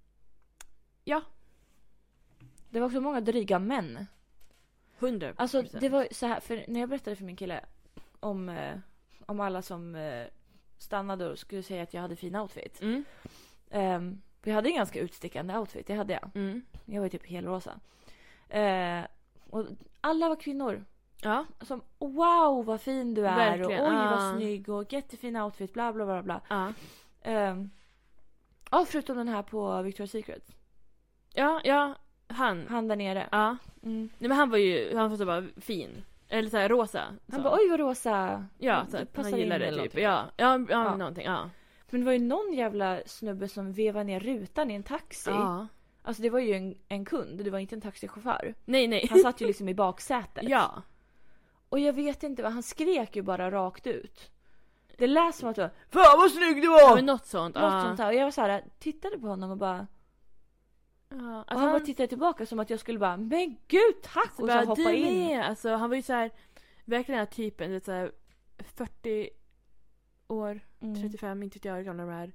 Det var också många dryga män. hundra Alltså det var så här, för när jag berättade för min kille om, eh, om alla som eh, stannade och skulle säga att jag hade fin outfit. Mm. Um, vi hade en ganska utstickande outfit, det hade jag. Mm. Jag var typ helrosa. Eh, och alla var kvinnor. Ja. Som wow vad fin du är. Verkligen. Och oj Ja. vad snygg och jättefin outfit bla bla bla bla. Ja. Um, ja förutom den här på Victoria's Secret. Ja, ja. Han. Han där nere. Ja. Mm. Nej, men han var ju, han var så bara fin. Eller så här rosa. Han så. bara oj vad rosa. Ja, så det att passar han gillar in det eller typ. någonting. Ja, ja, ja, Ja. någonting. Ja. Men det var ju någon jävla snubbe som vevade ner rutan i en taxi. Ja. Alltså det var ju en, en kund, det var inte en taxichaufför. Nej, nej. Han satt ju liksom i baksätet. Ja. Och jag vet inte vad, han skrek ju bara rakt ut. Det lät som att det var fan vad snygg du var! Ja, men något sånt. Något ja. sånt här. Och jag var så här, tittade på honom och bara... Ja, Och alltså han, han, bara tittade tillbaka som att jag skulle bara, men gud tack! så Och bara, så hoppa du in. med. Alltså, han var ju så här, verkligen den här typen, det är så här fyrtio år, Mm. trettiofem, inte vet jag hur gamla de är.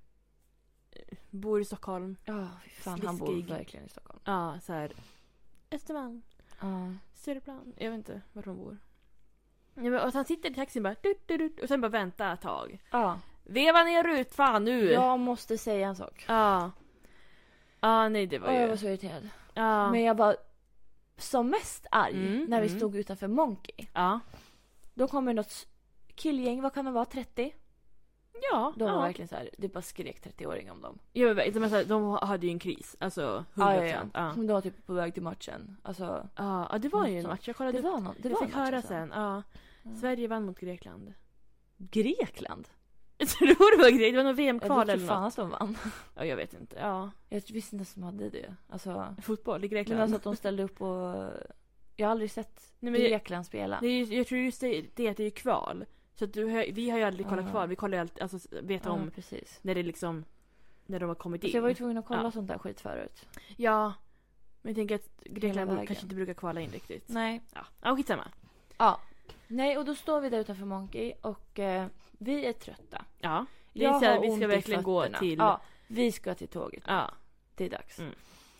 Bor i Stockholm. Ja, fy fan, han bor Sliskig. verkligen i Stockholm. Ja, så här Östermalm, Ja. Stureplan. Jag vet inte vart de bor. Ja, men, och han sitter i taxin bara dut, dut, dut, och sen bara vänta ett tag. Ja. Veva ner ut, fan nu! Jag måste säga en sak. Ja. Ja, nej det var Och ju... jag var så irriterad. Ja. Men jag var som mest arg Mm, när vi mm. stod utanför Monkey. Ja. Då kommer något killgäng, vad kan det vara, trettio? Ja. De var ja. verkligen så här, det bara skrek trettio-åring om dem. Ja, men, de, de, de hade ju en kris. Alltså, hundra Ja, ja, procent. ja. Ja. Som då var typ på väg till matchen. Alltså, Ja, ja, det var ju en Så. match. Jag kollade det var något. Det jag var fick en match höra alltså. sen. Ja. Ja. Sverige vann mot Grekland. Grekland? Jag tror det var Grekland. Det var någon V Jag M-kval tror eller fan något. att de vann. Ja, jag vet inte. Ja. Jag visste inte ens att de hade det. Alltså, Fotboll i men Grekland. alltså att de ställde upp och... Jag har aldrig sett Nej, men jag- Grekland spela. Det är, ju- jag tror just det, det är att det är kval. Så att du, har- vi har ju aldrig kollat Ja. kval. Vi kollar ju alltid, alltså vet Ja, om precis. när det liksom, när de har kommit in. Så jag var ju tvungen att kolla Ja. sånt där skit förut. Ja. Men jag tänker att Grekland vägen. kanske inte brukar kvala in riktigt. Nej. Ja, ja skitsamma. Ja. Nej, och då står vi där utanför Monkey och eh, vi är trötta. Ja. Vi, Jag så här, har vi ont ska i verkligen gå fötterna. till... Ja, vi ska till tåget. Ja. Det är dags. Mm.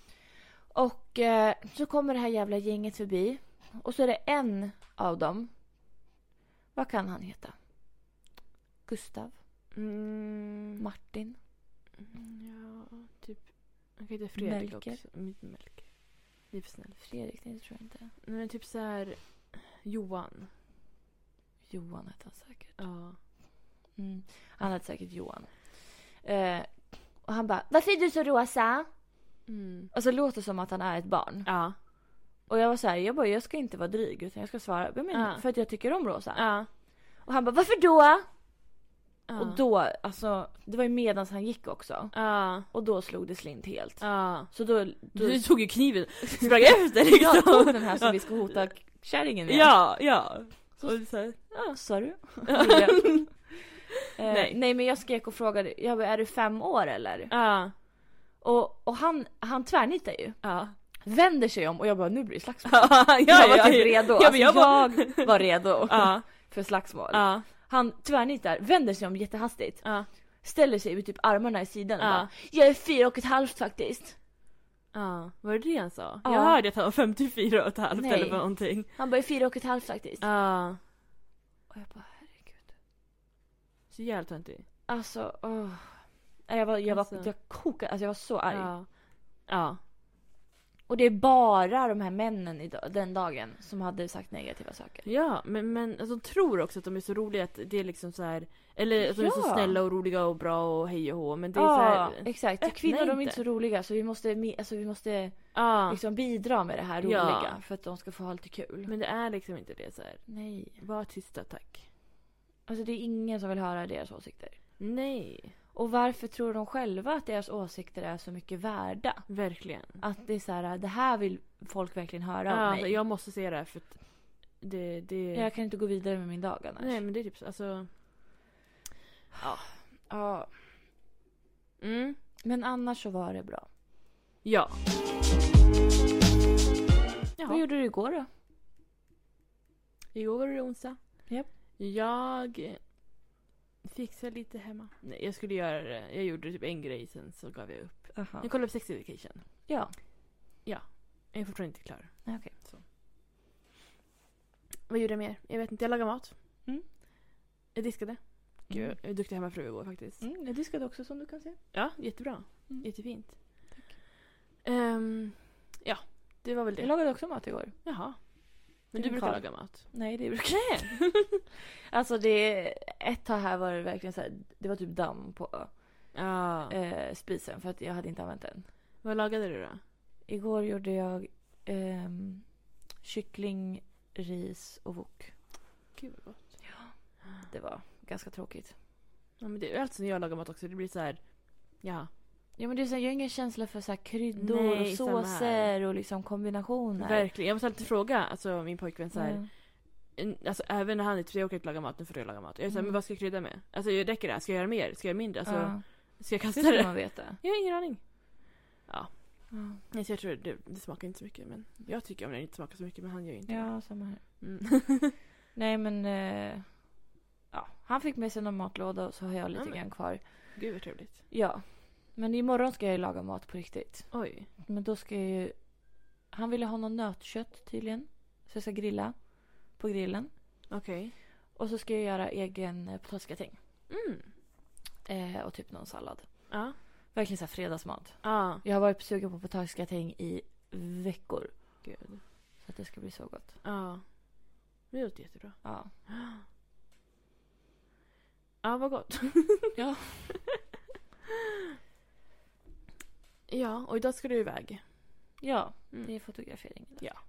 Och eh, så kommer det här jävla gänget förbi. Och så är det en av dem. Vad kan han heta? Gustav? Mm. Martin? Ja, typ... Han kan heta Fredrik Melker. också. Mitt Melker. Det är för snällt. Fredrik? Nej, det tror jag inte. Nej, men typ så här... Johan. Johan hette han säkert. Ja. Mm. Han hette säkert Johan. Eh, och han bara, varför är du så rosa? Mm. Alltså det låter som att han är ett barn. Ja. Och jag var så här, jag bara, jag ska inte vara dryg utan jag ska svara, men Ja. för att jag tycker om rosa. Ja. Och han bara, varför då? Ja. Och då, alltså, det var ju medans han gick också. Ja. Och då slog det slint helt. Ja. Så då, då Du tog ju kniven. Sprang efter liksom. jag tog den här som vi ska hota kärringen med. Ja, ja. Så- Och så här, Ja, sa du? ja. Eh, Nej. nej, men jag skrek och frågade, jag bara, är du fem år eller? Ja. Och, och han, han tvärnitar ju. Ja. Vänder sig om och jag bara, nu blir det slagsmål. Ja, jag var typ redo. Ja, Alltså, men jag jag, var... var redo Ja. för slagsmål. Ja. Han tvärnitar, vänder sig om jättehastigt. Ja. Ställer sig med typ armarna i sidan och Ja. bara, jag är fyra och ett halvt faktiskt. Ja. Var det det han sa? Ja. Jag hörde att han var femtiofyra och ett halvt Nej. eller någonting. Han bara, jag är fyra och ett halvt faktiskt. Ja. Och jag bara, herregud. Så jävla töntig. Alltså, åh. Jag var, jag var, Alltså. jag kokade, alltså jag var så arg. Ja. Ja. Och det är bara de här männen idag, den dagen som hade sagt negativa saker. Ja, men, men alltså, de tror också att de är så roliga att det är liksom så här, eller att de är så Ja. snälla och roliga och bra och hej och hå, men det är Ja, så här, exakt. öppna Kvinnor de är inte. inte så roliga så vi måste, me- alltså, vi måste ja, liksom bidra med det här Ja. roliga för att de ska få ha lite kul. men det är liksom inte det så här. Nej. Var tysta, tack. Alltså det är ingen som vill höra deras åsikter. Nej, Och varför tror de själva att deras åsikter är så mycket värda? verkligen. Att det är så här, det här vill folk verkligen höra Ja, av alltså, mig. jag måste se det här för att det, det... Jag kan inte gå vidare med min dag annars. Nej, men det är typ så, alltså... Ja. Ja. Mm. Men annars så var det bra. Ja. Vad Jaha. gjorde du igår då? Igår var det onsdag. Japp. Jag fixade lite hemma. Nej, jag skulle göra det. Jag gjorde typ en grej, sen så gav jag upp. Aha. Jag kollade på Sex Education. Ja. Jag är fortfarande inte klar. Nej, okej. Vad gjorde jag mer? Jag vet inte, jag lagade mat. Mm. Jag diskade. Gud, Mm. jag är duktig hemmafru igår faktiskt. Mm, jag diskade också som du kan se. Ja, jättebra. Mm. Jättefint. Tack. Ehm, ja, det var väl det. Jag lagade också mat igår. Jaha. Men Det du är brukar Karl. laga mat? Nej, det brukar jag. Alltså det... Ett tag här var det verkligen så här... Det var typ damm på Ja. eh, spisen för att jag hade inte använt den. Vad lagade du då? Igår gjorde jag ehm, kyckling, ris och wok. Gud vad gott. Det var ganska tråkigt. Ja, men det är alltså när jag lagar mat också. Det blir så här. Ja. Ja, men det är så här, jag har ingen känsla för så här kryddor Nej, och samma såser här. och liksom kombinationer. Verkligen. Jag måste alltid fråga alltså min pojkvän så här. Mm. en- Alltså även när han är typ, jag orkar inte laga mat, nu får jag laga mat. Jag är så här, Mm. men vad ska jag krydda med? Alltså räcker det här? Ska jag göra mer? Ska jag göra mindre? Alltså, Ja. ska jag Det kasta ska det? man veta. Jag har ingen aning. Ja. Ja, Nej, så jag tror det, det smakar inte så mycket. Men jag tycker om det inte smakar så mycket, men han gör ju inte ja samma här. det. Mm. Nej, men... Eh, ja, han fick med sig någon matlåda och så har jag lite Ja, men- grann kvar. Gud vad trevligt. Ja. Men imorgon ska jag ju laga mat på riktigt. Oj. Men då ska jag ju... Han ville ha någon nötkött tydligen. Så jag ska grilla på grillen. Okej. Och så ska jag göra egen eh, potatisgratäng. Mm. Eh, och typ någon sallad. Ja. Verkligen så här fredagsmat. Ja. Jag har varit sugen på potatisgratäng i veckor. Gud. Så att det ska bli så gott. Ja. Det låter jättebra. Ja. Ja, vad gott. Ja. Ja, och idag ska du iväg. Ja, Mm. det är fotografering idag. Ja.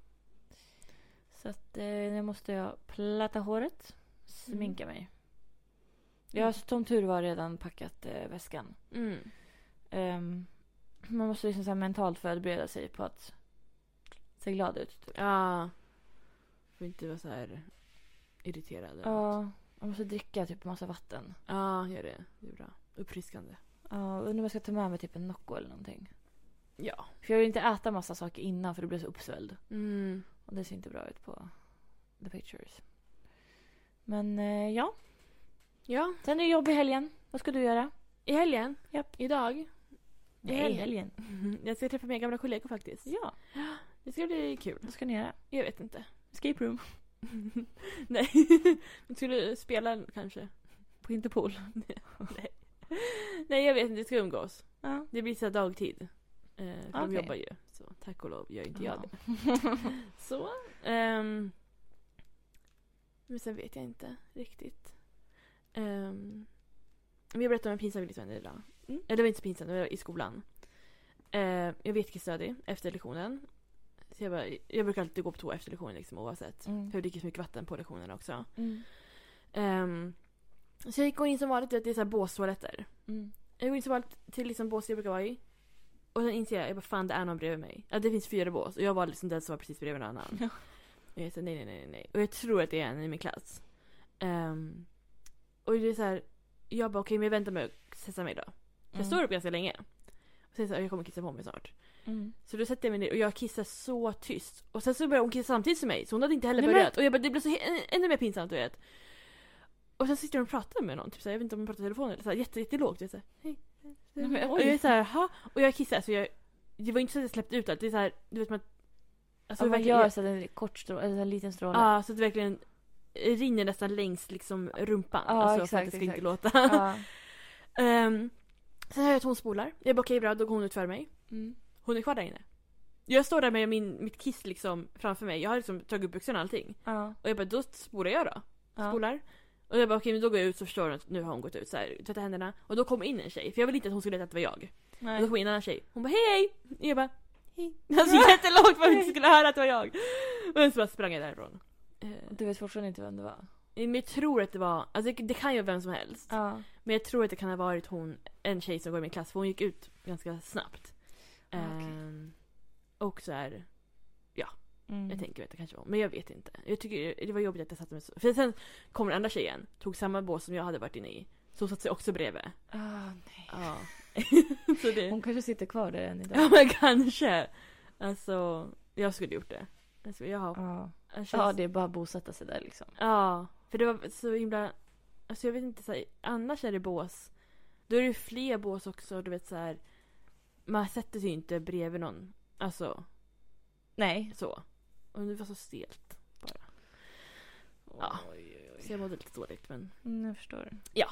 Så att eh, nu måste jag platta håret. Sminka mig. Jag har som tur var redan packat eh, väskan. Mm. Ehm, man måste liksom så här mentalt förbereda sig på att se glad ut. Typ. Ja. Får inte vara så här irriterad. eller något. Ja, man måste dricka typ massa vatten. Ja, gör det. Det är bra. Uppfriskande. Ja, undrar om jag ska ta med mig typ en Nocco eller någonting. Ja. För jag vill inte äta massa saker innan för det blir så uppsvälld. Mm. Och det ser inte bra ut på the pictures. Men eh, ja, Ja, sen är det jobb i helgen. Vad ska du göra? i helgen. Japp. Idag. Nej, helgen. i helgen. Jag ska träffa mina gamla kollegor faktiskt. Ja, Det ska bli kul. vad ska ni göra? Jag vet inte. Escape room. Nej. Vi skulle spela kanske. På Interpol. Nej. Nej, jag vet inte. Vi ska umgås. Ja. Det blir så här dagtid. Eh, för de Okej. jobbar ju. Så tack och lov gör inte jag Ja. det. Så. ehm, men sen vet jag inte riktigt. Um, jag berättade om en pinsam vänner idag. Mm. Eller det var inte så pinsamt, det var i skolan. Uh, jag vet kissnödig efter lektionen. Så jag, bara, jag brukar alltid gå på toa efter lektionen liksom, oavsett. Mm. För jag dricker så mycket vatten på lektionerna också. Mm. Um, så jag gick in som vanligt, det är så här båstoaletter. Mm. Jag går in som vanligt till liksom bås jag brukar vara i. Och sen inser jag, jag bara, fan det är någon bredvid mig. Ja, det finns fyra bås. Och jag var liksom den som var precis bredvid någon annan. Ja. Och jag sa nej, nej, nej, nej. Och jag tror att det är en i min klass. Um, och det är så här, jag bara okej, men jag väntar med att sätta mig då. Så jag Mm. står upp ganska länge. Och sen så här, jag kommer kissa på mig snart. Mm. Så då sätter jag mig ner och jag kissar så tyst. Och sen så börjar hon kissa samtidigt som mig. Så hon hade inte heller Nej, börjat. Och jag bara, det blev så he- ännu mer pinsamt, du vet. Och sen sitter hon och pratar med någon. Typ så här, jag vet inte om hon pratar i telefon eller så här, jätte, jättelågt. Jag säger hej. Nej, men, Och oj. jag är så här, ha. Och jag kissar. Alltså jag, det var inte så att jag släppte ut allt. Det är så här, du vet man. Alltså Ja, man verkligen- gör så att det är en kort stråle, eller en liten stråle. Ja, så att det verkligen rinner nästan längs liksom rumpan. Ja, alltså, för exakt, att det ska exakt. inte låta. Ja. um, sen hör jag att hon spolar. Jag bara okej bra, då går hon ut för mig. Mm. Hon är kvar där inne. Jag står där med min, mitt kiss liksom framför mig. Jag har liksom tagit upp byxorna och allting. Ja. Och jag bara, då spolar jag då. Ja. Spolar. Och jag bara okej, men då går jag ut så förstår hon att nu har hon gått ut. Så här, tvätta händerna. Och då kom in en tjej. För jag ville inte att hon skulle veta att det var jag. Och Nej. då kom in en annan tjej. Hon bara hej hej. Och jag bara hej. Alltså jättelångt för att jag inte skulle höra att det var jag. Och sen så bara sprang jag därifrån. Eh, Du vet fortfarande inte vem det var. Men jag tror att det var, alltså det, det kan ju vara vem som helst. Ja. Men jag tror att det kan ha varit hon, en tjej som går i min klass. För hon gick ut ganska snabbt. Ah, okej. Ehm, och så här, Mm. jag tänker att det kanske var. Men jag vet inte. Jag tycker det var jobbigt att jag satte mig så. För sen kom den andra tjejen. Tog samma bås som jag hade varit inne i. Så hon satte sig också bredvid. Ah, nej. Ja. så det, Hon kanske sitter kvar där än idag. ja men kanske. Alltså, jag skulle gjort det. Alltså, jag har, Ja. jag känns, Ja, det är bara att bosätta sig där liksom. Ja, för det var så himla. Alltså jag vet inte så här, annars är det bås. Då är det ju fler bås också, du vet så här. Man sätter sig ju inte bredvid någon. Alltså Nej. så. Och det var så stelt bara. Ja. Oj, oj, oj. Så jag mådde lite dåligt, men Mm, jag förstår.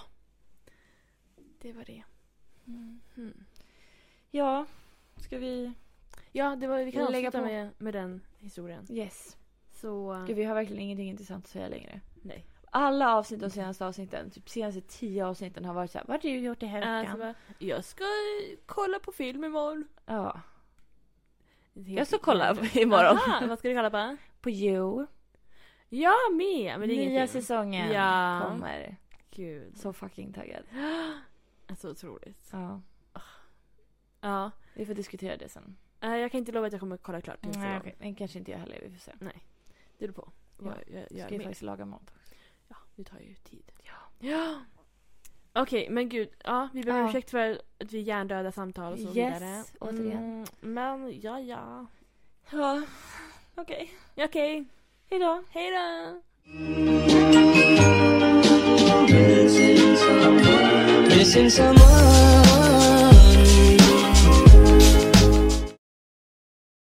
det var det. Mm. Hmm. Ja, ska vi... Ja, det var, vi kan Lägga avsluta på. med, med den historien. Yes. Så... Gud, vi har verkligen ingenting intressant att säga längre. Nej. Alla avsnitt de senaste avsnitten, typ senaste tio avsnitten har varit så här: vad har du gjort i helgen? Alltså, bara, jag ska kolla på film imorgon. Ja. Helt Jag ska kolla på imorgon. Aha, vad ska du kolla på? På You. Ja, med. Men det är Nya nya säsongen ja. kommer. Gud. Så fucking taggad. Så otroligt. Ja. Ja. Vi får diskutera det sen. Uh, jag kan inte lova att jag kommer kolla klart. Nej, okej. Men kanske inte jag heller. Vi får se. Nej. Det är du på. Ja. Jag, jag, jag ska ju faktiskt laga mat också. Ja, det tar ju tid. Ja. Ja. Okej, okay, men gud. Ja, vi ber om Ja. ursäkt för att vi är hjärndöda samtal och så Yes, vidare. återigen. Mm, men, ja, ja. Ja. Okej. Ja, okej. Okay. Hejdå. Hej då. Missing someone